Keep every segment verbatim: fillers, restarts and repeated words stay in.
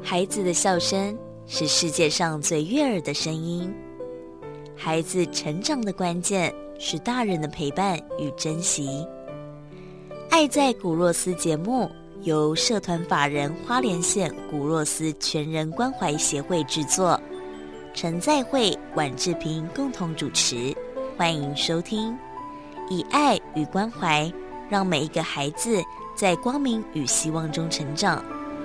孩子的笑声是世界上最悦耳的声音，孩子成长的关键是大人的陪伴与珍惜。爱在古若斯节目由社团法人花莲县古若斯全人关怀协会制作，陈再慧、婉志平共同主持，欢迎收听。以爱与关怀，让每一个孩子在光明与希望中成长。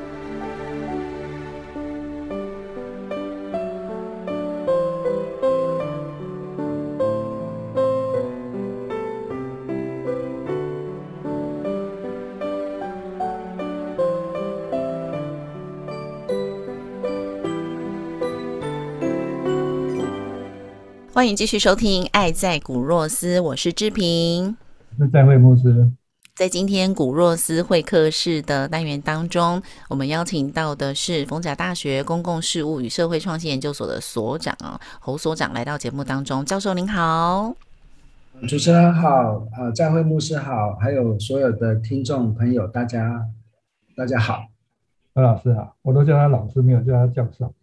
欢迎继续收听《爱在古若斯》，我是志平， 我是再会牧师。 在今天古若斯会客室的单元当中，我们邀请到的是逢甲大学公共事务与社会创新研究所的所长侯所长来到节目当中。教授您好。 主持人好，呃，再会牧师好，还有所有的听众朋友，大家大家好。 何老师好，我都叫他老师，没有叫他教授。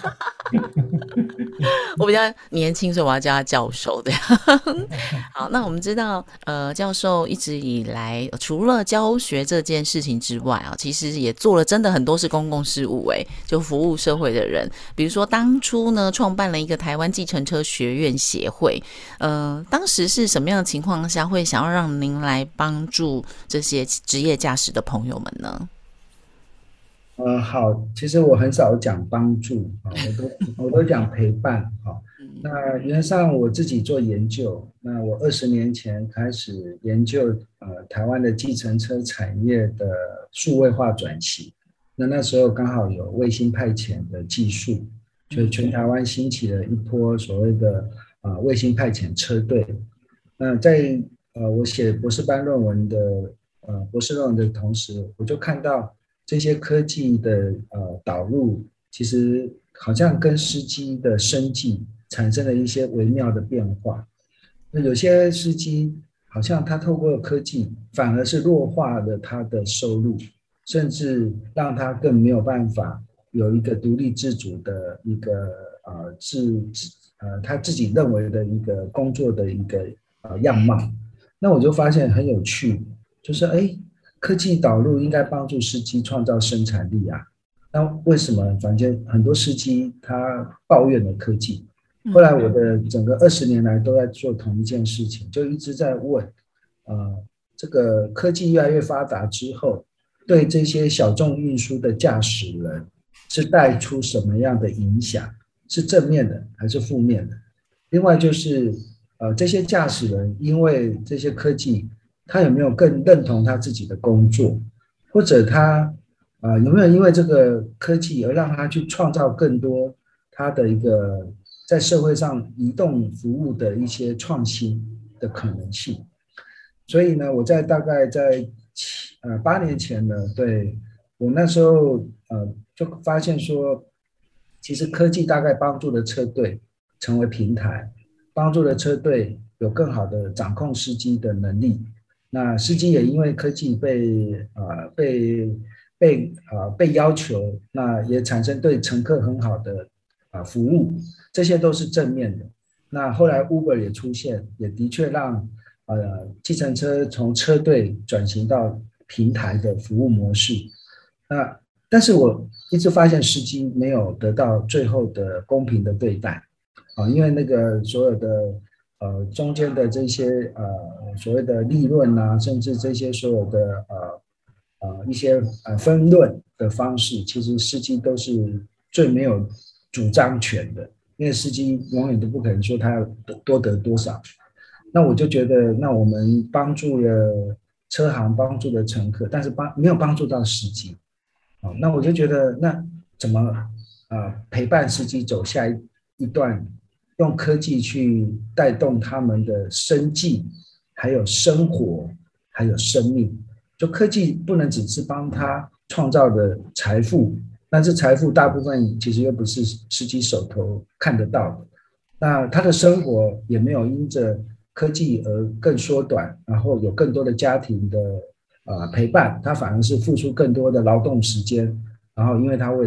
我比较年轻，所以我要叫他教授的。好，那我们知道，呃，教授一直以来除了教学这件事情之外啊，其实也做了真的很多是公共事务，哎，就服务社会的人。比如说当初呢，创办了一个台湾计程车学院协会，呃，当时是什么样的情况下会想要让您来帮助这些职业驾驶的朋友们呢？ 呃，好，其实我很少讲帮助，我都我都讲陪伴。那原则上我自己做研究，那我二十年前开始研究呃台湾的计程车产业的数位化转型。那那时候刚好有卫星派遣的技术，所以全台湾兴起了一波所谓的呃卫星派遣车队。那在呃我写博士班论文的呃博士论文的同时，我就看到这些科技的呃导入，其实好像跟司机的生计产生了一些微妙的变化。那有些司机好像他透过科技反而是弱化了他的收入，甚至让他更没有办法有一个独立自主的一个呃自呃他自己认为的一个工作的一个呃样貌。那我就发现很有趣，就是哎。科技导入应该帮助司机创造生产力啊，那为什么反正很多司机他抱怨了科技？后来我的整个二十年来都在做同一件事情，就一直在问，呃，这个科技越来越发达之后，对这些小众运输的驾驶人是带出什么样的影响？是正面的还是负面的？另外就是，呃，这些驾驶人因为这些科技，他有没有更认同他自己的工作，或者他、呃、有没有因为这个科技而让他去创造更多他的一个在社会上移动服务的一些创新的可能性。所以呢，我在大概在呃八年前呢，对我那时候呃就发现说，其实科技大概帮助了车队成为平台，帮助了车队有更好的掌控司机的能力。那司机也因为科技被呃被被呃被要求，那也产生对乘客很好的呃服务，这些都是正面的。那后来 Uber 也出现，也的确让呃计程车从车队转型到平台的服务模式。那但是我一直发现司机没有得到最后的公平的对待啊、呃，因为那个所有的。呃，中间的这些呃所谓的利润啊，甚至这些所有的呃呃一些呃分论的方式，其实司机都是最没有主张权的，因为司机永远都不可能说他要多得多少。那我就觉得，那我们帮助了车行，帮助了乘客，但是帮没有帮助到司机。哦，那我就觉得，那怎么呃陪伴司机走下一一段？用科技去带动他们的生计，还有生活，还有生命。就科技不能只是帮他创造的财富，但是财富大部分其实又不是司机手头看得到的。那他的生活也没有因着科技而更缩短，然后有更多的家庭的、呃、陪伴，他反而是付出更多的劳动时间，然后因为他为了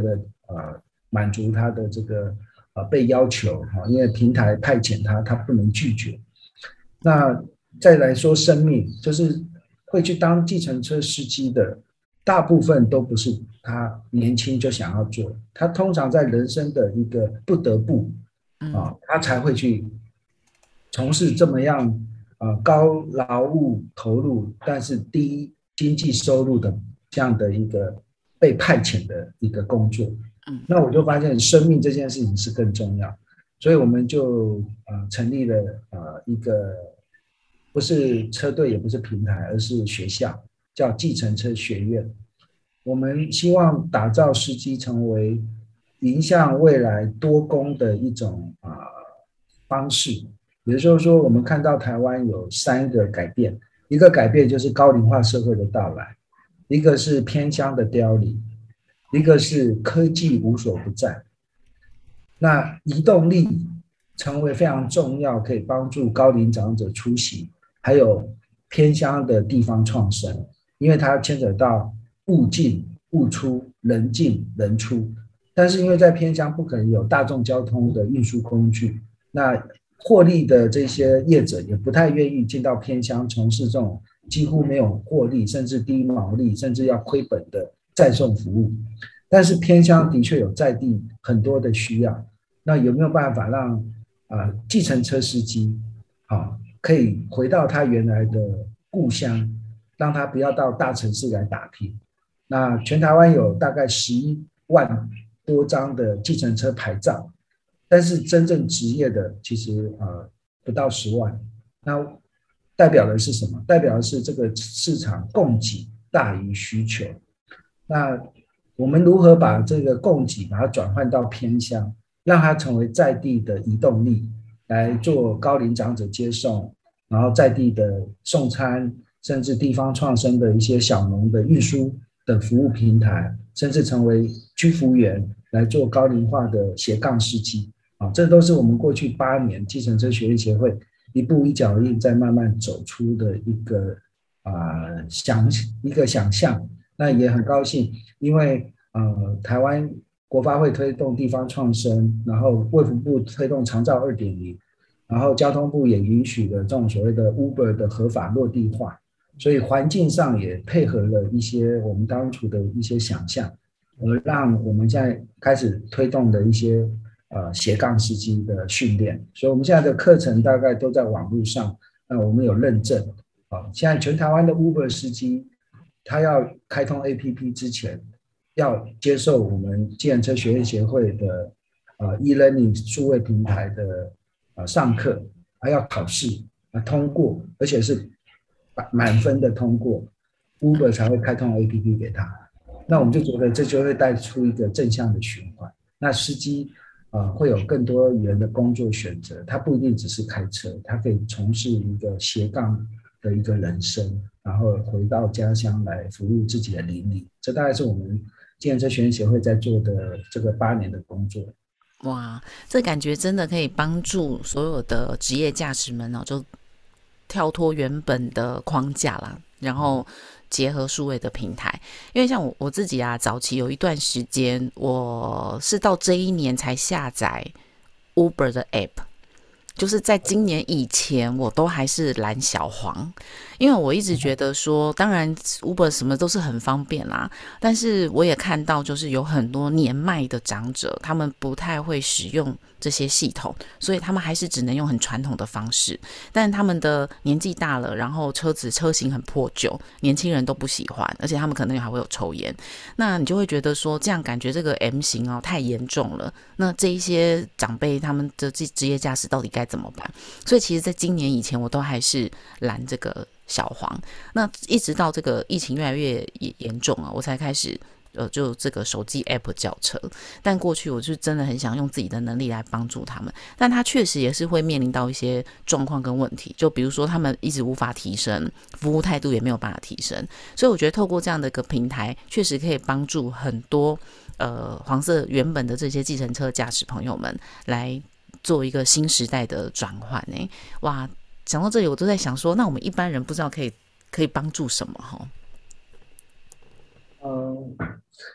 呃满足他的这个呃被要求哈，因为平台派遣他，他不能拒绝。那再来说生命，就是会去当计程车司机的，大部分都不是他年轻就想要做，他通常在人生的一个不得不啊，他才会去从事这么样呃高劳务投入，但是低经济收入的这样的一个被派遣的一个工作。那我就发现生命这件事情是更重要，所以我们就呃成立了呃一个不是车队也不是平台，而是学校，叫计程车学院。我们希望打造司机成为迎向未来多工的一种啊、呃、方式。也就是说，我们看到台湾有三个改变，一个改变就是高龄化社会的到来，一个是偏乡的凋零，一个是科技无所不在。那移动力成为非常重要，可以帮助高龄长者出行，还有偏乡的地方创生，因为它牵扯到物进物出，人进人出。但是因为在偏乡不可能有大众交通的运输工具，那获利的这些业者也不太愿意进到偏乡从事这种几乎没有获利，甚至低毛利，甚至要亏本的载送服务。但是偏乡的确有在地很多的需要，那有没有办法让呃计程车司机啊可以回到他原来的故乡，让他不要到大城市来打拼？那全台湾有大概十一万多张的计程车牌照，但是真正职业的其实呃不到十万。那代表的是什么？代表的是这个市场供给大于需求。那我们如何把这个供给把它转换到偏乡，让它成为在地的移动力，来做高龄长者接送，然后在地的送餐，甚至地方创生的一些小农的运输的服务平台，甚至成为居服员来做高龄化的斜杠司机啊，这都是我们过去八年计程车学院协会一步一脚印在慢慢走出的一个啊、呃、想一个想象。那也很高兴，因为呃台湾国发会推动地方创生，然后卫福部推动长照 二点零， 然后交通部也允许了这种所谓的 Uber 的合法落地化，所以环境上也配合了一些我们当初的一些想象，而让我们现在开始推动的一些呃斜杠司机的训练。所以我们现在的课程大概都在网络上，那我们有认证啊。现在全台湾的 Uber 司机，他要开通 A P P 之前，要接受我们计程车学院协会的呃 e-learning 数位平台的呃上课，还要考试啊通过，而且是满分的通过 ，Uber 才会开通 A P P 给他。那我们就觉得这就会带出一个正向的循环。那司机呃会有更多元的工作选择，他不一定只是开车，他可以从事一个斜杠的一个人生，然后回到家乡来服务自己的邻里。这大概是我们计程车学院协会在做的这个八年的工作。 哇，这感觉真的可以帮助所有的职业驾驶们哦，就跳脱原本的框架啦，然后结合数位的平台。因为像我我自己啊，早期有一段时间，我是到这一年才下载 Uber 的 App， 就是在今年以前我都还是蓝小黄，因为我一直觉得说，当然 Uber 什么都是很方便啦，但是我也看到就是有很多年迈的长者，他们不太会使用这些系统，所以他们还是只能用很传统的方式。但他们的年纪大了，然后车子车型很破旧，年轻人都不喜欢，而且他们可能还会有抽烟。那你就会觉得说，这样感觉这个 M 型哦太严重了。那这一些长辈他们的职业驾驶到底该怎么办？所以其实在今年以前我都还是拦这个小黄，那一直到这个疫情越来越严重啊，我才开始呃，就这个手机 app 叫车。但过去我就真的很想用自己的能力来帮助他们，但他确实也是会面临到一些状况跟问题，就比如说他们一直无法提升，服务态度也没有办法提升。所以我觉得透过这样的一个平台，确实可以帮助很多呃黄色原本的这些计程车驾驶朋友们来做一个新时代的转换呢。哇，讲到这里我都在想说，那我们一般人不知道可以可以帮助什么哈？ 嗯，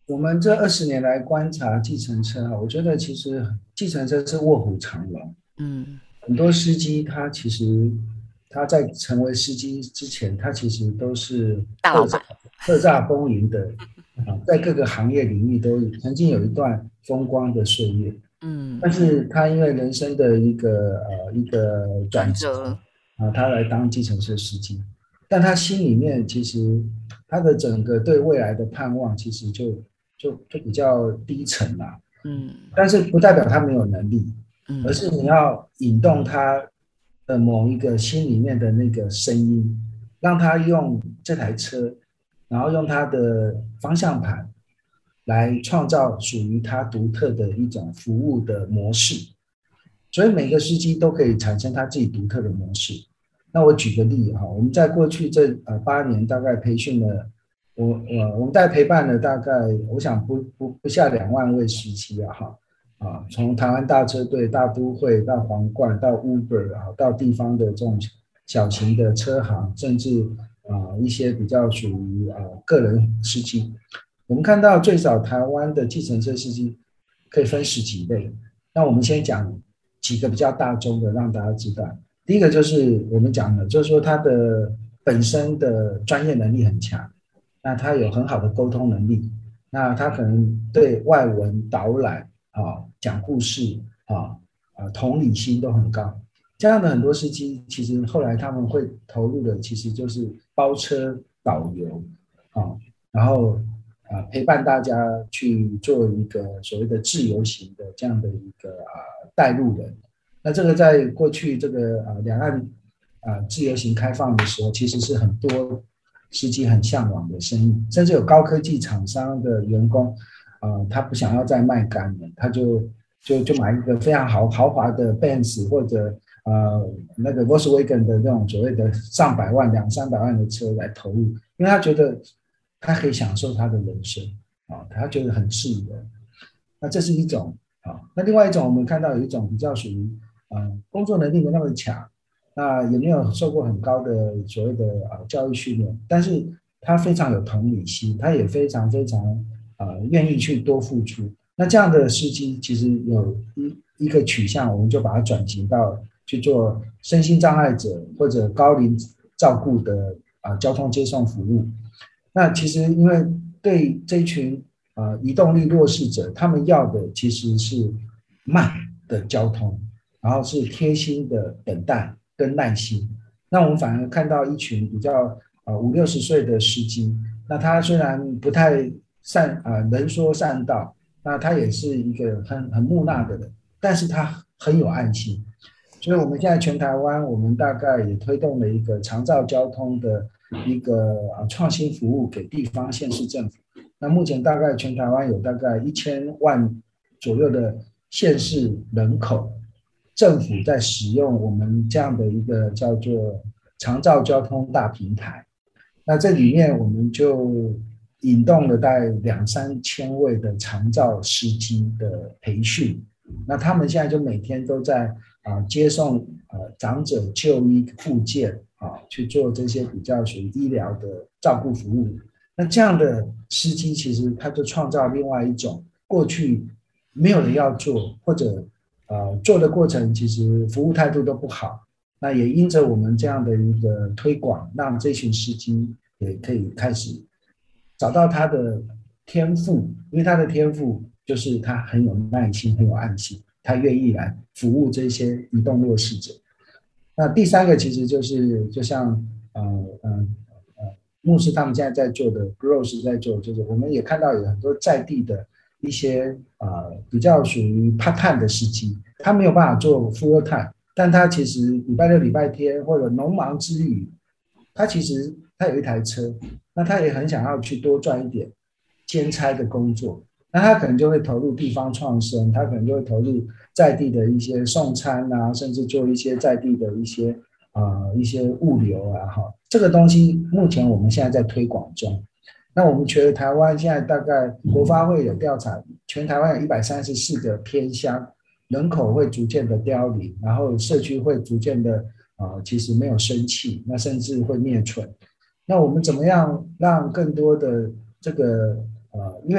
我们这二十年来观察计程车啊，我觉得其实计程车是卧虎藏龙。 嗯， 很多司机他其实他在成为司机之前，他其实都是大老板， 叱咤风云的啊，在各个行业领域都曾经有一段风光的岁月。 嗯， 但是他因为人生的一个呃一个转折啊，他来当计程车司机，但他心里面其实他的整个对未来的盼望其实就就就比较低沉啦。 嗯， 但是不代表他没有能力， 嗯， 而是你要引动他的某一个心里面的那个声音，让他用这台车，然后用他的方向盘来创造属于他独特的一种服务的模式。所以每个司机都可以产生他自己独特的模式。那我举个例哈，我们在过去这呃八年大概培训了我我我们大概陪伴了大概我想不不不下两万位司机啊哈啊，从台湾大车队、大都会到皇冠到 Uber 啊，到地方的这种小型的车行，甚至啊一些比较属于啊个人司机。我们看到最少台湾的计程车司机可以分十几类。那我们先讲几个比较大众的，让大家知道。第一个就是我们讲的，就是说他的本身的专业能力很强，那他有很好的沟通能力，那他可能对外文导览啊、讲故事啊、啊同理心都很高。这样的很多司机，其实后来他们会投入的，其实就是包车导游啊，然后啊陪伴大家去做一个所谓的自由行的这样的一个啊带路人。那这个在过去这个啊两岸啊自由行开放的时候，其实是很多司机很向往的生意，甚至有高科技厂商的员工，啊，他不想要再卖干了，他就就就买一个非常豪豪华的 Benz 或者呃那个 Volkswagen 的那种所谓的上百万、两三百万的车来投入，因为他觉得他可以享受他的人生啊，他觉得很自由。那这是一种啊，那另外一种我们看到有一种比较属于呃工作能力没那么强，那也没有受过很高的所谓的呃教育训练，但是他非常有同理心，他也非常非常呃愿意去多付出。那这样的司机其实有一一个取向，我们就把它转型到去做身心障碍者或者高龄照顾的啊、呃、交通接送服务。那其实因为对这群啊、呃、移动力弱势者，他们要的其实是慢的交通，然后是贴心的等待跟耐心。那我们反而看到一群比较呃五六十岁的司机，那他虽然不太善啊、呃、能说善道，那他也是一个很很木讷的人，但是他很有爱心。所以我们现在全台湾，我们大概也推动了一个长照交通的一个啊创新服务给地方县市政府。那目前大概全台湾有大概一千万左右的县市人口，政府在使用我们这样的一个叫做长照交通大平台。那这里面我们就引动了大概两三千位的长照司机的培训。那他们现在就每天都在啊接送呃长者就医复健啊，去做这些比较属于医疗的照顾服务。那这样的司机其实他就创造另外一种过去没有人要做，或者呃做的过程其实服务态度都不好。那也因着我们这样的一个推广，让这群司机也可以开始找到他的天赋，因为他的天赋就是他很有耐心，很有爱心，他愿意来服务这些移动弱势者。那第三个其实就是就像呃呃呃牧师他们现在在做的 Gross 在做，就是我们也看到有很多在地的一些呃比较属于 part time 的司机，他没有办法做 full time， 但他其实礼拜六礼拜天或者农忙之余，他其实他有一台车，那他也很想要去多赚一点兼差的工作，那他可能就会投入地方创生，他可能就会投入在地的一些送餐啊，甚至做一些在地的一些呃一些物流啊，哈，这个东西目前我们现在在推广中。那我们觉得台湾现在大概国发会有调查，全台湾有一百三十四个偏乡，人口会逐渐的凋零，然后社区会逐渐的呃其实没有生气，那甚至会灭村。那我们怎么样让更多的这个呃，因为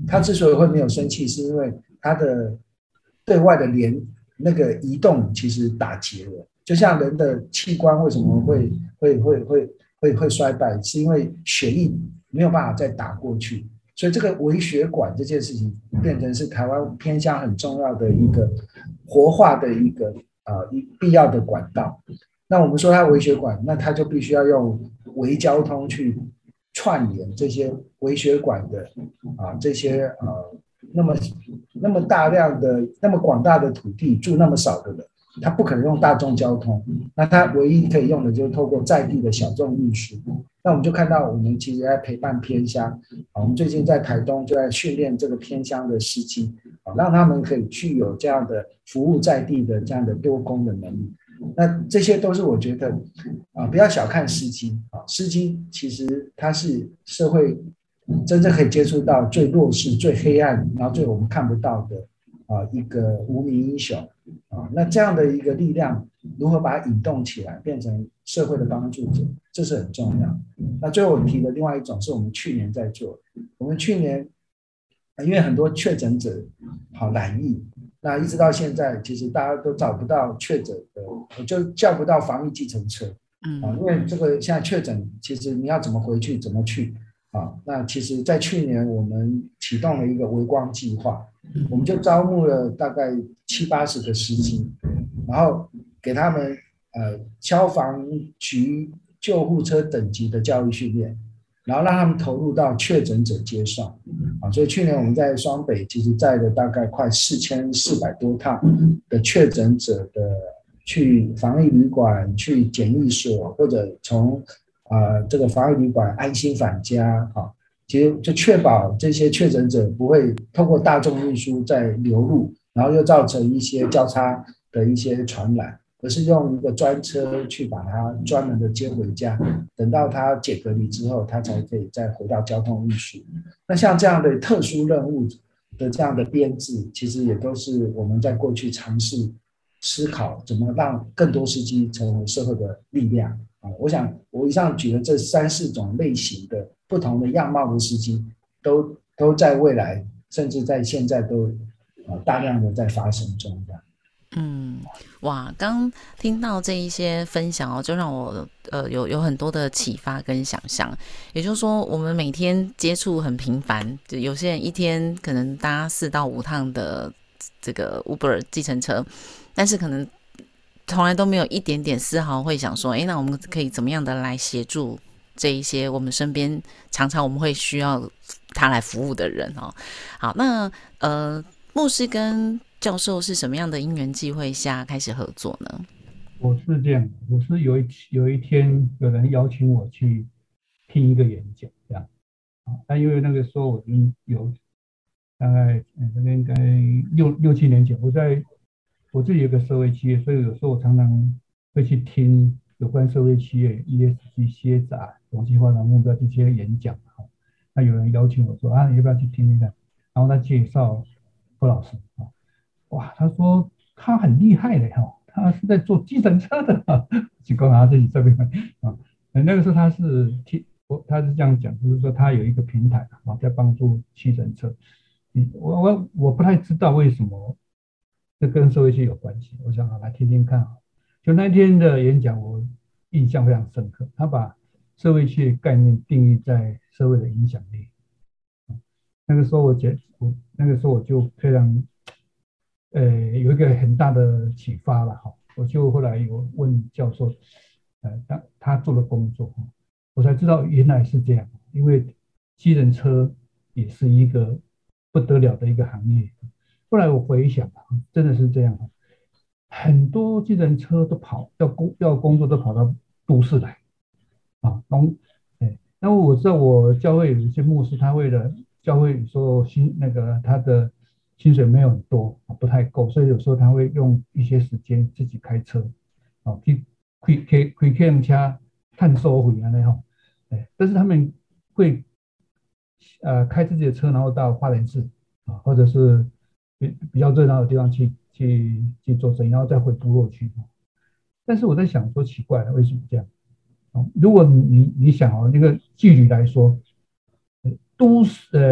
他之所以会没有生气，是因为他的对外的连那个移动其实打结了。就像人的器官为什么会会会会会会衰败，是因为血液没有办法再打过去。所以这个微血管这件事情变成是台湾偏乡很重要的一个活化的一个呃必要的管道。那我们说它微血管，那它就必须要用微交通去串联这些微血管的啊这些呃那么那么大量的那么广大的土地住那么少的人，他不可能用大众交通，那他唯一可以用的就是透过在地的小众运输。那我们就看到我们其实在陪伴偏乡，我们最近在台东就在训练这个偏乡的司机，让他们可以具有这样的服务在地的这样的多功的能力。那这些都是我觉得啊，不要小看司机啊，司机其实他是社会真正可以接触到最弱势、最黑暗，然后最我们看不到的啊一个无名英雄啊。那这样的一个力量，如何把它引动起来，变成社会的帮助者，这是很重要。那最后我提的另外一种是我们去年在做，我们去年因为很多确诊者好染疫。那一直到现在，其实大家都找不到确诊的，就叫不到防疫计程车，嗯，因为这个现在确诊，其实你要怎么回去，怎么去啊？那其实，在去年我们启动了一个微光计划，我们就招募了大概七八十个司机，然后给他们呃消防局救护车等级的教育训练。然后让他们投入到确诊者接送啊，所以去年我们在双北其实载了大概快四千四百多趟的确诊者的去防疫旅馆、去检疫所，或者从呃这个防疫旅馆安心返家啊，其实就确保这些确诊者不会透过大众运输再流入，然后又造成一些交叉的一些传染。而是用一个专车去把他专门的接回家，等到他解隔离之后，他才可以再回到交通运输。那像这样的特殊任务的这样的编制，其实也都是我们在过去尝试思考怎么让更多司机成为社会的力量啊。我想我以上举的这三四种类型的不同的样貌的司机，都都在未来甚至在现在都啊大量的在发生中的。 嗯，哇，刚听到这一些分享哦，就让我呃有有很多的启发跟想象。也就是说，我们每天接触很频繁，就有些人一天可能搭四到五趟的这个 Uber 计程车，但是可能从来都没有一点点丝毫会想说，哎，那我们可以怎么样的来协助这一些我们身边常常我们会需要他来服务的人哦。好，那呃，牧师跟教授是什么样的因缘际会下开始合作呢？ 我是这样，我是有一有一天有人邀请我去听一个演讲，这样啊，但因为那个时候我已经有大概那个应该六六七年前，我在我自己有个社会企业，所以有时候我常常会去听有关社会企业 E S G、C S R、永续发展目标这些演讲。那有人邀请我说啊，你要不要去听听看？然后他介绍郭老师啊。哇，他说他很厉害的哈，他是在做计程车的，就跟他自己这边啊，那个时候他是他是这样讲，就是说他有一个平台啊，在帮助计程车。我我我不太知道为什么这跟社会系有关系，我想好来听听看啊。就那天的演讲，我印象非常深刻，他把社会系的概念定义在社会的影响力。那个时候我觉我那个时候我就非常。呃，有一个很大的启发了哈，我就后来有问教授，呃，他他做的工作，我才知道原来是这样，因为计程车也是一个不得了的一个行业。后来我回想，真的是这样，很多计程车都跑要工要工作都跑到都市来，啊，东，哎，那我知道我教会有一些牧师，他为了教会说新那个他的。薪水没有很多，不太够，所以有时候他会用一些时间自己开车，啊，去开开开客车探收回啊那样，哎，但是他们会呃开自己的车，然后到花莲市啊，或者是比比较热闹的地方去去去做生意，然后再回部落去。但是我在想说，奇怪了，为什么这样？如果你你想哦，那个距离来说，都市呃。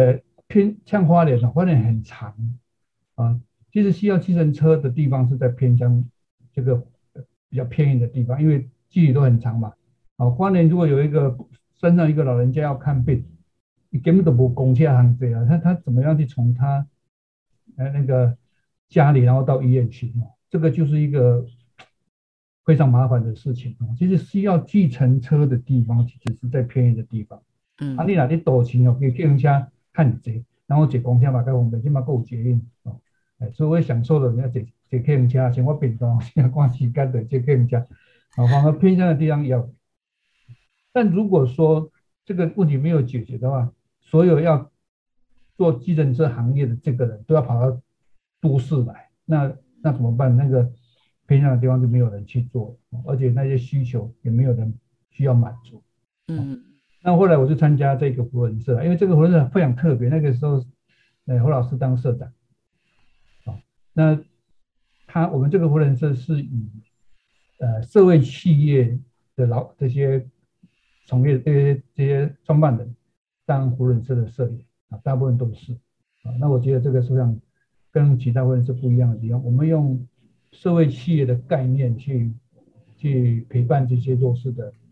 偏像花莲，花莲很长啊，其实需要计程车的地方是在偏乡这个比较偏远的地方，因为距离都很长嘛。啊，花莲如果有一个山上一个老人家要看病，你根本都不公车行这啊，他他怎么样去从他呃那个家里然后到医院去？这个就是一个非常麻烦的事情啊。其实需要计程车的地方，其实是在偏远的地方。嗯，啊，你哪里多钱哦？给计程车看济，然后坐公车嘛，该方便，起码够有捷运哦。哎，所以我享受了人家坐坐计程车，像我平常现在赶时间的坐计程车，啊，反而偏向的地方要。但如果说这个问题没有解决的话，所有要做计程车行业的这个人都要跑到都市来，那那怎么办？那个偏向的地方就没有人去做，而且那些需求也没有人需要满足。嗯，那后来我就参加这个扶轮社，因为这个扶轮社非常特别。那个时候，呃，侯老师当社长，哦，那他我们这个扶轮社是以呃社会企业的老这些从业这些这些创办人当扶轮社的社员啊，大部分都是啊。那我觉得这个实际上跟其他扶轮社不一样的地方，我们用社会企业的概念去去陪伴这些弱势的。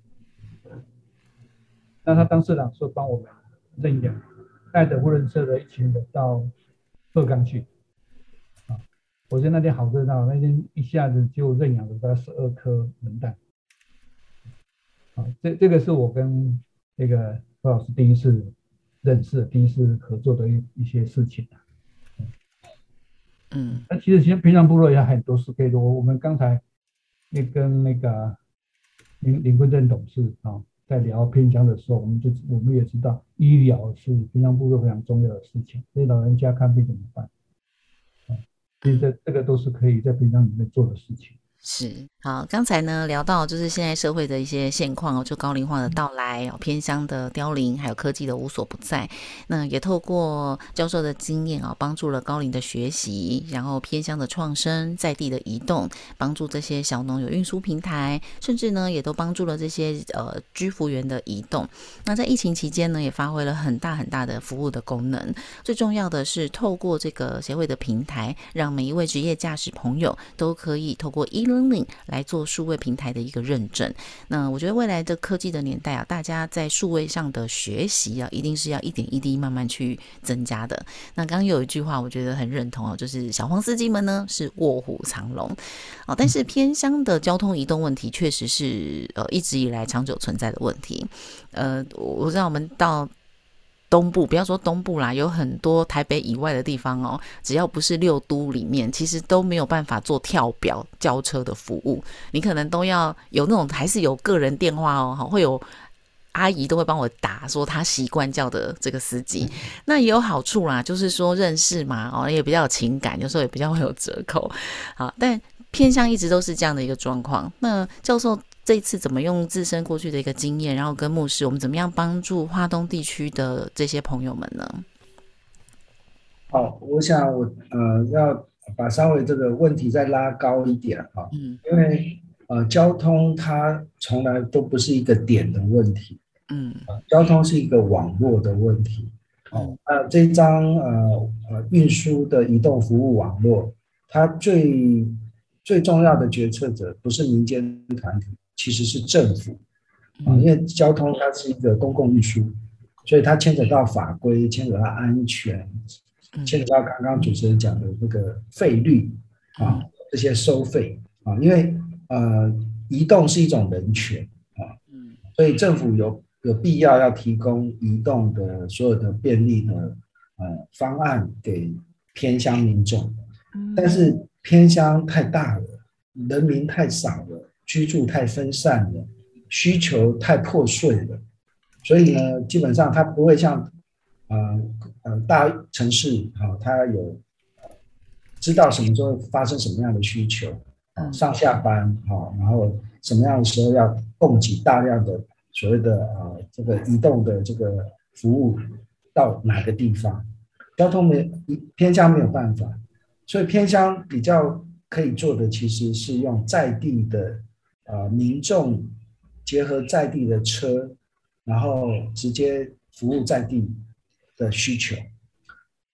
那他当社长说帮我们认养，带着扶轮社的一群人到鹤冈去啊。我觉得那天好热闹，那天一下子就认养了大概十二颗人蛋。啊，这这个是我跟那个何老师第一次认识、第一次合作的一一些事情。嗯，那其实其实平常部落也很多事可以做。我们刚才那跟那个林林坤正董事啊，在聊偏乡的时候，我们就我们也知道，医疗是平乡部落非常重要的事情。所以老人家看病怎么办？啊，所以这这个都是可以在平乡里面做的事情。 是，好，刚才呢聊到就是现在社会的一些现况哦，就高龄化的到来哦，偏乡的凋零，还有科技的无所不在。那也透过教授的经验啊，帮助了高龄的学习，然后偏乡的创生，在地的移动，帮助这些小农有运输平台，甚至呢也都帮助了这些呃居服员的移动。那在疫情期间呢，也发挥了很大很大的服务的功能。最重要的是，透过这个协会的平台，让每一位职业驾驶朋友都可以透过一来做数位平台的一个认证。那我觉得未来的科技的年代啊，大家在数位上的学习啊，一定是要一点一滴慢慢去增加的。那刚刚有一句话我觉得很认同哦，就是小黄司机们呢是卧虎藏龙哦，但是偏乡的交通移动问题确实是呃一直以来长久存在的问题。呃，我知道我们到东部，不要说东部啦，有很多台北以外的地方哦，只要不是六都里面，其实都没有办法做跳表叫车的服务。你可能都要有那种，还是有个人电话哦，会有阿姨都会帮我打，说她习惯叫的这个司机。那也有好处啦，就是说认识嘛，哦，也比较有情感，有时候也比较会有折扣。好，但偏向一直都是这样的一个状况。那教授这一次怎么用自身过去的一个经验，然后跟牧师我们怎么样帮助花东地区的这些朋友们呢？ 好，我想我呃要把稍微这个问题再拉高一点哈，嗯，因为呃交通它从来都不是一个点的问题，嗯，呃、交通是一个网络的问题。哦，那这张呃呃运输的移动服务网络，它最最重要的决策者不是民间团体，其实是政府啊，因为交通它是一个公共运输，所以它牵扯到法规，牵扯到安全，牵扯到刚刚主持人讲的那个费率啊，这些收费啊，因为呃移动是一种人权啊，所以政府有有必要要提供移动的所有的便利的呃方案给偏乡民众，但是偏乡太大了，人民太少了，居住太分散了，需求太破碎了，所以呢，基本上它不会像呃呃大城市哈，它有知道什么时候发生什么样的需求，上下班哈，然后什么样的时候要供给大量的所谓的呃这个移动的这个服务到哪个地方，交通没偏乡没有办法，所以偏乡比较可以做的其实是用在地的呃民众结合在地的车，然后直接服务在地的需求。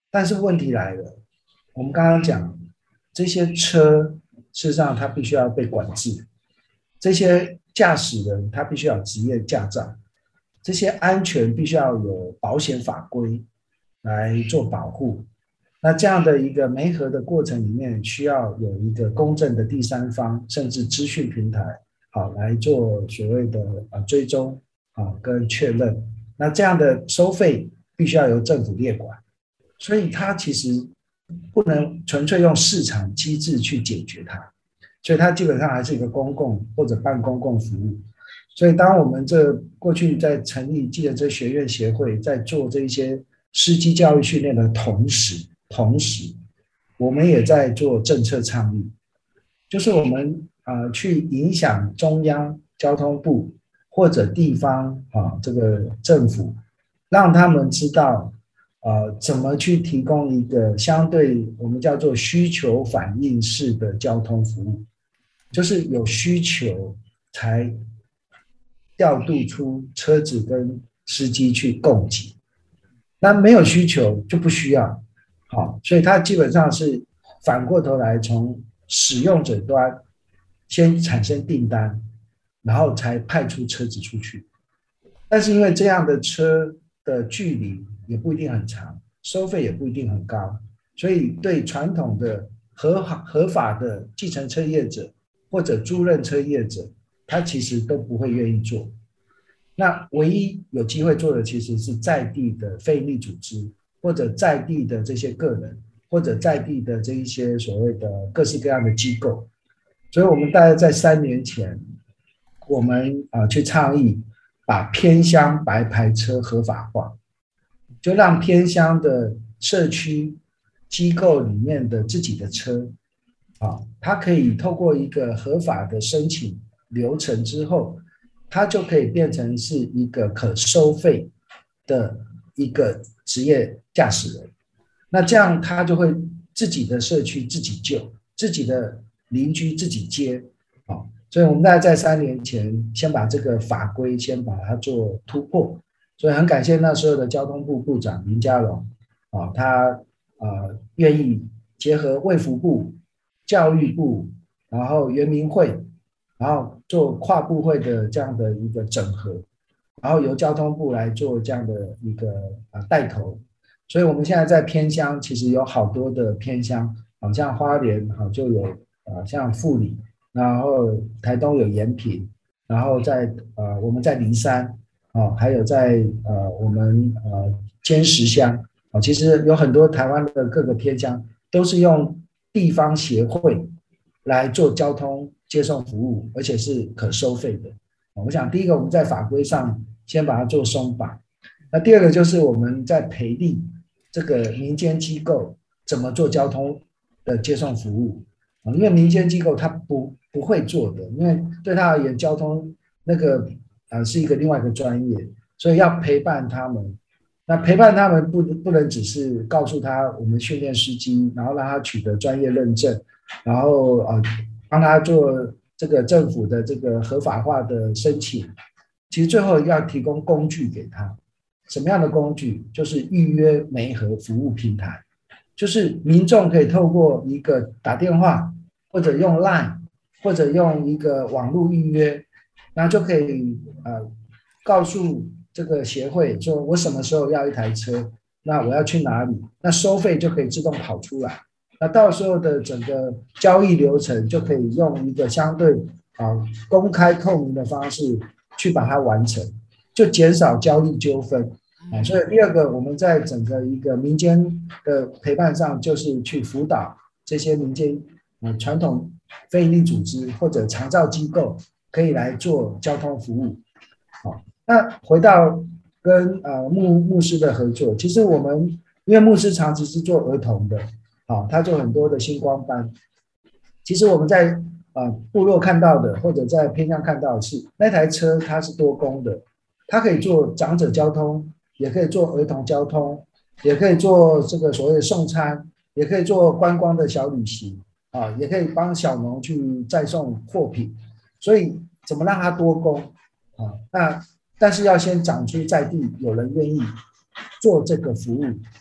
但是问题来了，我们刚刚讲这些车事实上它必须要被管制，这些驾驶人他必须要有职业驾照，这些安全必须要有保险法规来做保护。那这样的一个媒合的过程里面，需要有一个公正的第三方，甚至资讯平台，好来做所谓的呃追踪，好跟确认。那这样的收费必须要由政府列管，所以它其实不能纯粹用市场机制去解决它，所以它基本上还是一个公共或者半公共服务。所以当我们这过去在成立计程车学院协会，在做这些司机教育训练的同时，同时我们也在做政策倡议，就是我们、呃、去影响中央交通部或者地方、啊、这个政府，让他们知道、呃、怎么去提供一个相对我们叫做需求反应式的交通服务，就是有需求才调度出车子跟司机去供给，那没有需求就不需要。好，所以它基本上是反过头来从使用者端先产生订单，然后才派出车子出去。但是因为这样的车的距离也不一定很长，收费也不一定很高，所以对传统的 合, 合法的计程车业者或者租赁车业者，他其实都不会愿意做。那唯一有机会做的其实是在地的非营利组织，或者在地的这些个人，或者在地的这一些所谓的各式各样的机构。所以我们大概在三年前，我们、呃、去倡议把偏乡白牌车合法化，就让偏乡的社区机构里面的自己的车、啊、它可以透过一个合法的申请流程之后，它就可以变成是一个可收费的一个职业驾驶人。那这样他就会自己的社区自己救，自己的邻居自己接、哦、所以我们大概在三年前先把这个法规先把它做突破，所以很感谢那时候的交通部部长林佳龙、哦、他、呃、愿意结合卫福部、教育部，然后原民会，然后做跨部会的这样的一个整合，然后由交通部来做这样的一个、呃、带头。所以我们现在在偏乡其实有好多的偏乡，好像花莲好就有、呃、像富里，然后台东有延平，然后在、呃、我们在梨山、哦、还有在、呃、我们、呃、尖石乡、哦、其实有很多台湾的各个偏乡都是用地方协会来做交通接送服务，而且是可收费的。我想第一个我们在法规上先把它做松绑，那第二个就是我们在培力这个民间机构怎么做交通的接送服务，因为民间机构他不不会做的，因为对他而言交通那个、呃、是一个另外一个专业，所以要陪伴他们。那陪伴他们 不, 不能只是告诉他我们训练司机，然后让他取得专业认证，然后、呃、帮他做这个政府的这个合法化的申请，其实最后要提供工具给他。什么样的工具？就是预约媒合服务平台，就是民众可以透过一个打电话，或者用 LINE， 或者用一个网络预约，然后就可以、呃、告诉这个协会说我什么时候要一台车，那我要去哪里，那收费就可以自动跑出来，那到时候的整个交易流程就可以用一个相对、呃、公开透明的方式去把它完成，就减少交易纠纷、啊、所以第二个我们在整个一个民间的陪伴上，就是去辅导这些民间、呃、传统非营利组织或者长照机构可以来做交通服务、啊、那回到跟、呃、牧, 牧师的合作，其实我们因为牧师长期是做儿童的、啊、他做很多的星光班，其实我们在呃，部落看到的或者在偏乡看到的是那台车它是多功的，它可以做长者交通，也可以做儿童交通，也可以做这个所谓的送餐，也可以做观光的小旅行、啊、也可以帮小农去载送货品，所以怎么让它多功、啊、那但是要先长出在地有人愿意做这个服务，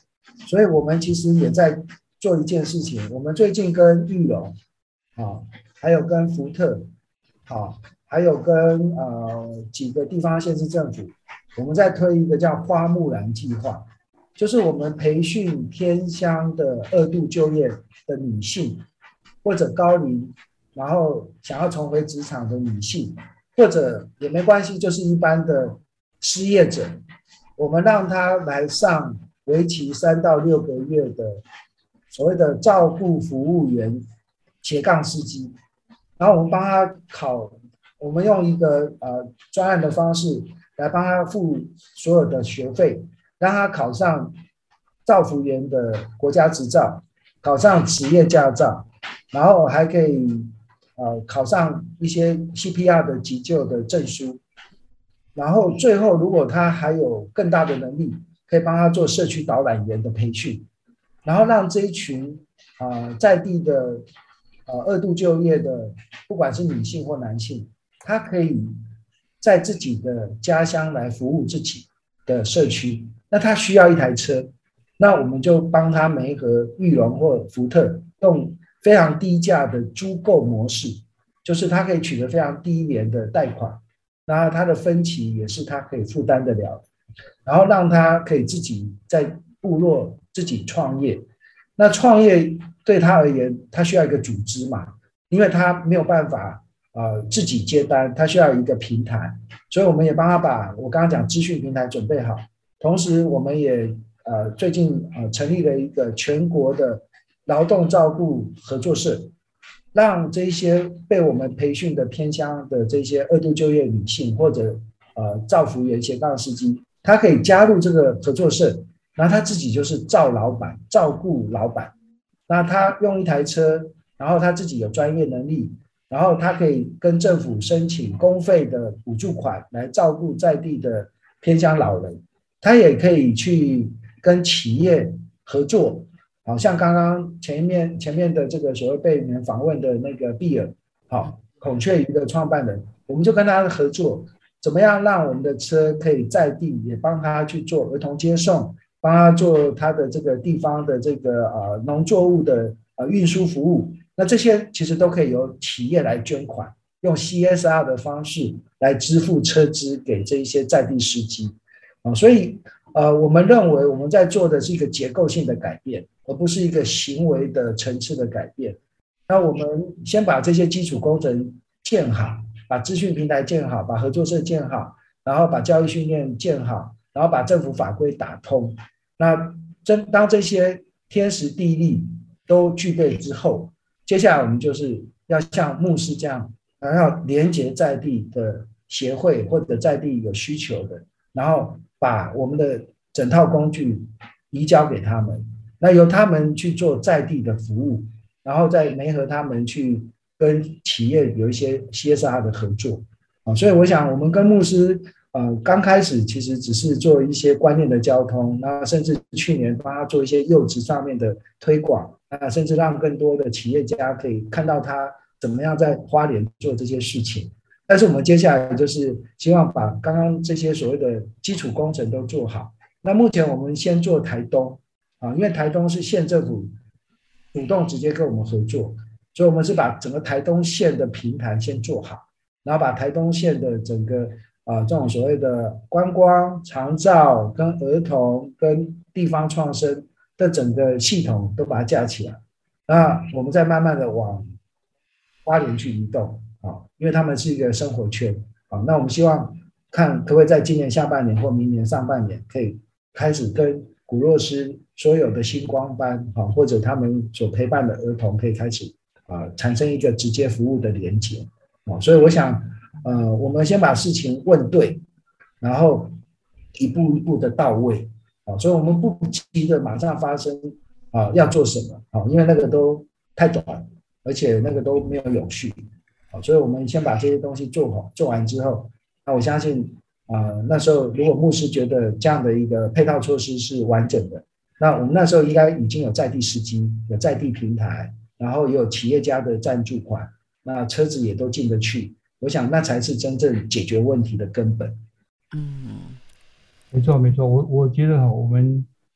所以我们其实也在做一件事情，我们最近跟裕隆啊，还有跟福特啊，还有跟呃几个地方县市政府，我们在推一个叫花木兰计划，就是我们培训偏乡的二度就业的女性，或者高龄，然后想要重回职场的女性，或者也没关系，就是一般的失业者，我们让她来上为期三到六个月的所谓的照顾服务员斜杠司机，然后我们帮他考，我们用一个呃专案的方式来帮他付所有的学费，让他考上照服员的国家执照，考上职业驾照，然后还可以呃考上一些 C P R 的急救的证书，然后最后如果他还有更大的能力，可以帮他做社区导览员的培训，然后让这一群呃在地的呃二度就业的，不管是女性或男性，他可以在自己的家乡来服务自己的社区。那他需要一台车，那我们就帮他媒合裕隆或福特，用非常低价的租购模式，就是他可以取得非常低廉的贷款，那他的分期也是他可以负担得了，然后让他可以自己在部落自己创业。那创业对他而言，他需要一个组织嘛，因为他没有办法呃自己接单，他需要一个平台，所以我们也帮他把我刚刚讲资讯平台准备好，同时我们也呃最近呃成立了一个全国的劳动照顾合作社，让这些被我们培训的偏乡的这些二度就业女性或者呃照服员斜杠司机，他可以加入这个合作社，然后他自己就是照老板，照顾老板，那他用一台车，然后他自己有专业能力，然后他可以跟政府申请公费的补助款来照顾在地的偏乡老人，他也可以去跟企业合作，好像刚刚前面前面的这个所谓被你们访问的那个比尔，好，孔雀鱼的创办人，我们就跟他合作，怎么样让我们的车可以在地也帮他去做儿童接送，帮他做他的这个地方的这个呃农作物的呃运输服务，那这些其实都可以由企业来捐款，用 C S R 的方式来支付车资给这一些在地司机，啊，所以呃我们认为我们在做的是一个结构性的改变，而不是一个行为的层次的改变。那我们先把这些基础工程建好，把资讯平台建好，把合作社建好，然后把教育训练建好，然后把政府法规打通。那当这些天时地利都具备之后，接下来我们就是要像牧师这样，要连结在地的协会或者在地有需求的，然后把我们的整套工具移交给他们，那由他们去做在地的服务，然后再媒合他们去跟企业有一些 C S R 的合作。所以我想我们跟牧师呃，刚开始其实只是做一些观念的交通，那甚至去年帮他做一些幼稚上面的推广，那甚至让更多的企业家可以看到他怎么样在花莲做这些事情。但是我们接下来就是希望把刚刚这些所谓的基础工程都做好。那目前我们先做台东啊，因为台东是县政府主动直接跟我们合作，所以我们是把整个台东县的平台先做好，然后把台东县的整个啊，这种所谓的观光、长照跟儿童跟地方创生的整个系统都把它架起来，那我们再慢慢的往花莲去移动啊，因为他们是一个生活圈啊。那我们希望看可不可以在今年下半年或明年上半年，可以开始跟古若斯所有的星光班啊，或者他们所陪伴的儿童，可以开始啊产生一个直接服务的连结啊。所以我想。呃，我们先把事情问对，然后一步一步的到位，啊，所以我们不急着马上发生啊要做什么，啊，因为那个都太短，而且那个都没有永续，啊，所以我们先把这些东西做好，做完之后，那我相信啊，那时候如果牧师觉得这样的一个配套措施是完整的，那我们那时候应该已经有在地司机，有在地平台，然后也有企业家的赞助款，那车子也都进得去。我想那才是真正解决问题的根本。 嗯， 没错没错，我我觉得哈，我们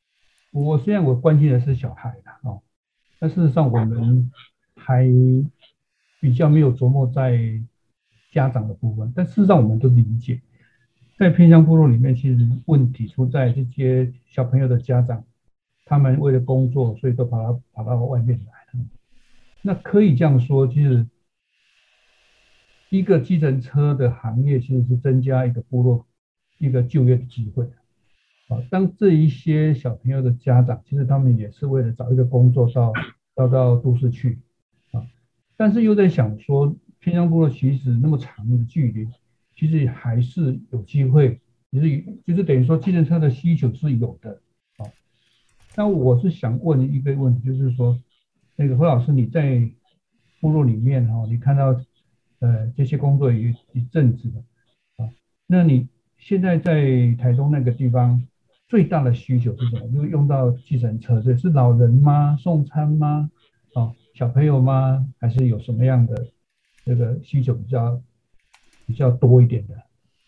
我虽然我关心的是小孩啦哦，但事实上我们还比较没有琢磨在家长的部分，但事实上我们都理解，在偏乡部落里面，其实问题出在这些小朋友的家长，他们为了工作，所以都跑到跑到外面来了。那可以这样说，其实一个计程车的行业其实是增加一个部落一个就业的机会。当这一些小朋友的家长，其实他们也是为了找一个工作到到到都市去啊，但是又在想说，偏乡部落其实那么长的距离，其实还是有机会，就是就是等于说，计程车的需求是有的啊。那我是想问一个问题，就是说，那个何老师，你在部落里面哈，你看到呃这些工作一一阵子了啊，那你现在在台东那个地方，最大的需求是什么？就用到计程车，这是老人吗？送餐吗？哦，小朋友吗？还是有什么样的这个需求比较比较多一点的？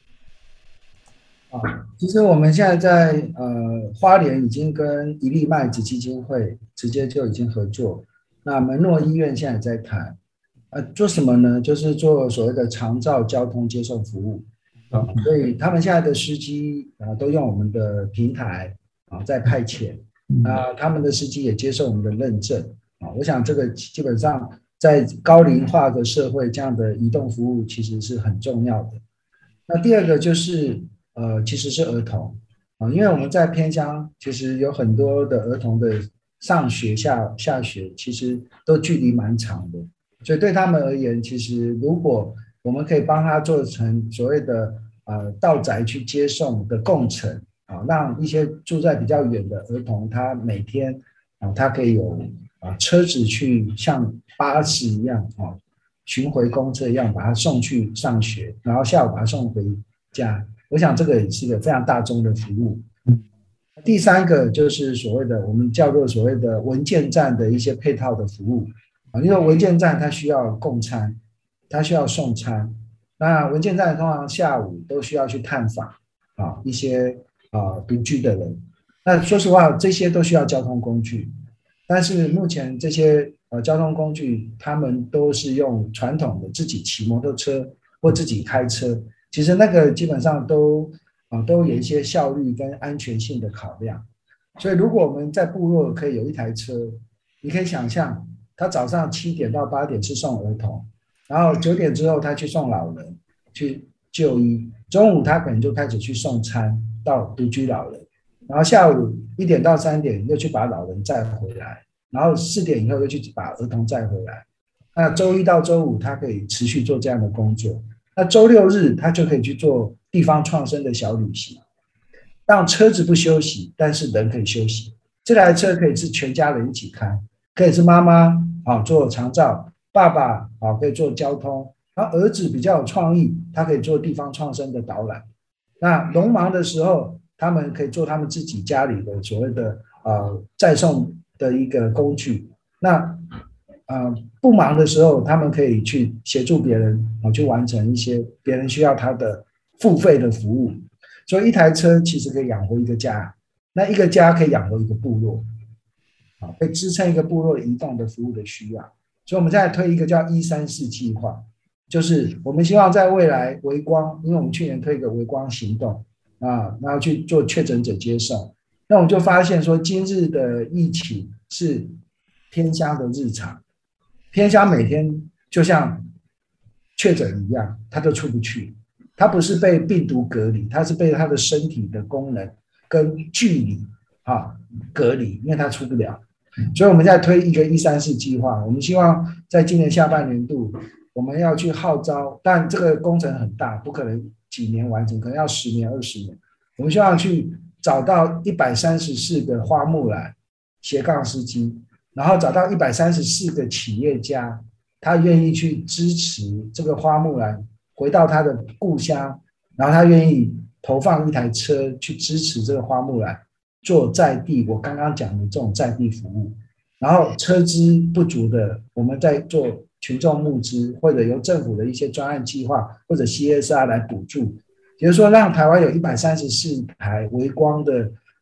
啊，其实我们现在在呃花莲已经跟一粒麦子基金会直接就已经合作，那门诺医院现在在谈，呃，做什么呢？就是做所谓的长照交通接送服务。啊，所以他们现在的司机啊都用我们的平台啊在派遣，啊，他们的司机也接受我们的认证啊。我想这个基本上在高龄化的社会，这样的移动服务其实是很重要的。那第二个就是呃，其实是儿童啊，因为我们在偏乡，其实有很多的儿童的上学下下学，其实都距离蛮长的，所以对他们而言，其实如果我们可以帮他做成所谓的呃到宅去接送的共乘啊，让一些住在比较远的儿童，他每天啊他可以有啊车子去像巴士一样啊巡回公车一样把他送去上学，然后下午把他送回家。我想这个也是一个非常大众的服务。第三个就是所谓的我们叫做所谓的文件站的一些配套的服务啊，因为文件站它需要供餐。他需要送餐，那文件站通常下午都需要去探访啊一些啊独居的人。那说实话，这些都需要交通工具，但是目前这些呃交通工具，他们都是用传统的自己骑摩托车或自己开车，其实那个基本上都啊都有一些效率跟安全性的考量。所以如果我们在部落可以有一台车，你可以想象，他早上七点到八点是送儿童。然后九点之后，他去送老人去就医，中午他可能就开始去送餐到独居老人，然后下午一点到三点又去把老人载回来，然后四点以后又去把儿童载回来。那周一到周五他可以持续做这样的工作，那周六日他就可以去做地方创生的小旅行，让车子不休息，但是人可以休息。这台车可以是全家人一起开，可以是妈妈啊做长照。爸爸啊可以做交通，然后儿子比较有创意，他可以做地方创生的导览。那农忙的时候，他们可以做他们自己家里的所谓的呃载送的一个工具。那呃不忙的时候，他们可以去协助别人啊去完成一些别人需要他的付费的服务。所以一台车其实可以养活一个家，那一个家可以养活一个部落，啊，可以支撑一个部落移动的服务的需要。所以我们现在推一个叫一三四计划，就是我们希望在未来微光，因为我们去年推一个微光行动啊，然后去做确诊者接送，那我们就发现说，今日的疫情是偏乡的日常，偏乡每天就像确诊一样，他都出不去，他不是被病毒隔离，他是被他的身体的功能跟距离啊隔离，因为他出不了。所以我们在推一个一三四计划，我们希望在今年下半年度，我们要去号召，但这个工程很大，不可能几年完成，可能要十年二十年。我们希望去找到一百三十四个花木兰斜杠司机，然后找到一百三十四个企业家，他愿意去支持这个花木兰回到他的故乡，然后他愿意投放一台车去支持这个花木兰做在地我刚刚讲的这种在地服务，然后车资不足的，我们在做群众募资，或者由政府的一些专案计划或者 C S R 来补助，也就是说让台湾有一百三十四台微光的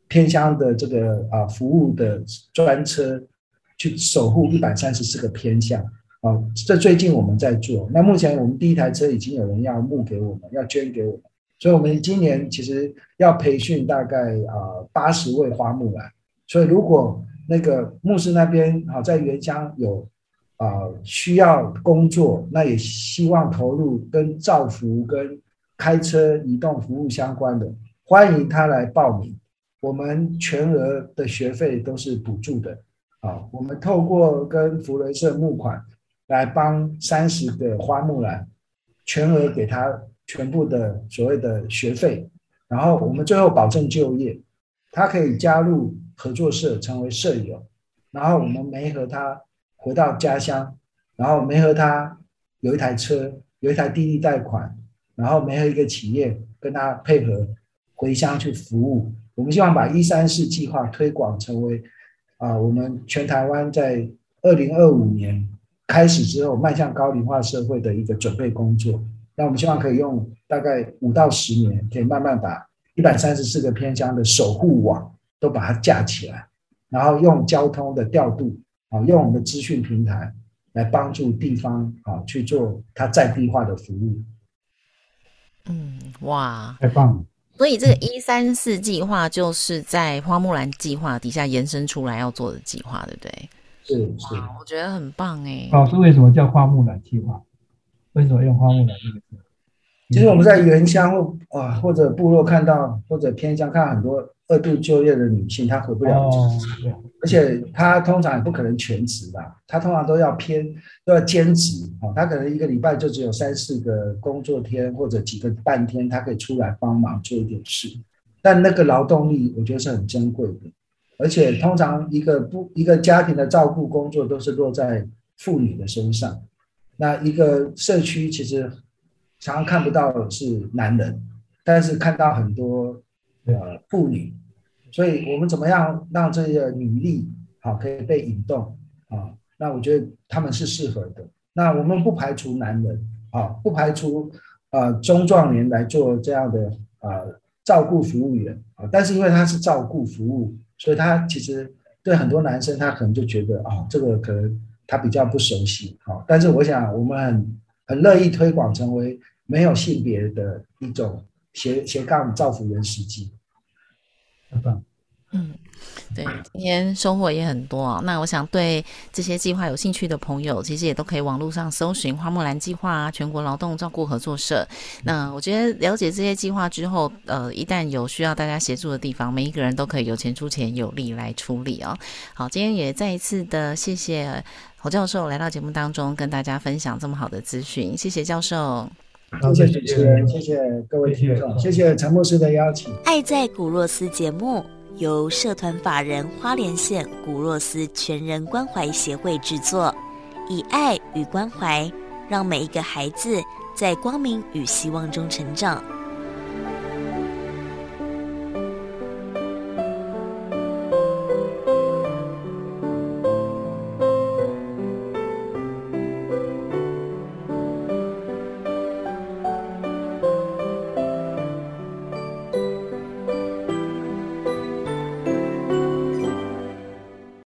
偏乡的这个啊服务的专车去守护一百三十四个偏乡。啊，这最近我们在做。那目前我们第一台车已经有人要募给我们，要捐给我们，所以我们今年其实要培训大概啊八十位花木兰。所以如果那个牧师那边好在原乡有啊需要工作，那也希望投入跟造福跟开车移动服务相关的，欢迎他来报名。我们全额的学费都是补助的。啊，我们透过跟福伦社募款。来帮三十个花木兰全额给他全部的所谓的学费，然后我们最后保证就业，他可以加入合作社成为社友，然后我们媒合他回到家乡，然后媒合他有一台车，有一台滴滴贷款，然后媒合一个企业跟他配合回乡去服务。我们希望把一三四计划推广成为啊、呃，我们全台湾在二零二五年开始之后迈向高龄化社会的一个准备工作。那我们希望可以用大概五到十年，可以慢慢把一百三十四个偏乡的守护网都把它架起来，然后用交通的调度，用我们的资讯平台来帮助地方去做它在地化的服务。 嗯，哇， 太棒了！ 所以这个一三四计划就是在花木兰计划底下延伸出来要做的计划，对不对？ 是是， 我觉得很棒哎。 老师为什么叫花木兰计划？为什么用花木兰这个字？ 其实我们在原乡或啊或者部落看到，或者偏乡看到很多二度就业的女性，她回不了职，哦、而且她通常也不可能全职的，她通常都要偏都要兼职啊，她可能一个礼拜就只有三四个工作天或者几个半天，她可以出来帮忙做一点事，但那个劳动力我觉得是很珍贵的。而且通常一个不一个家庭的照顾工作都是落在妇女的身上，那一个社区其实常常看不到的是男人，但是看到很多呃妇女，所以我们怎么样让这个女力好可以被引动啊？那我觉得他们是适合的。那我们不排除男人啊，不排除呃中壮年来做这样的呃照顾服务员啊，但是因为他是照顾服务。所以他其实对很多男生，他可能就觉得啊、哦，这个可能他比较不熟悉，好、哦，但是我想我们很很乐意推广成为没有性别的一种斜斜杠造福人实际。 很棒。 嗯，对，今天收获也很多啊。那我想对这些计划有兴趣的朋友，其实也都可以网络上搜寻花木兰计划啊，全国劳动照顾合作社。那我觉得了解这些计划之后，呃，一旦有需要大家协助的地方，每一个人都可以有钱出钱，有力来处理啊。好，今天也再一次的谢谢侯教授来到节目当中，跟大家分享这么好的资讯，谢谢教授。 谢谢主持人，谢谢各位听众，谢谢陈牧师的邀请。 爱在古若斯节目由社团法人花莲县古若斯全人关怀协会制作，以爱与关怀，让每一个孩子在光明与希望中成长。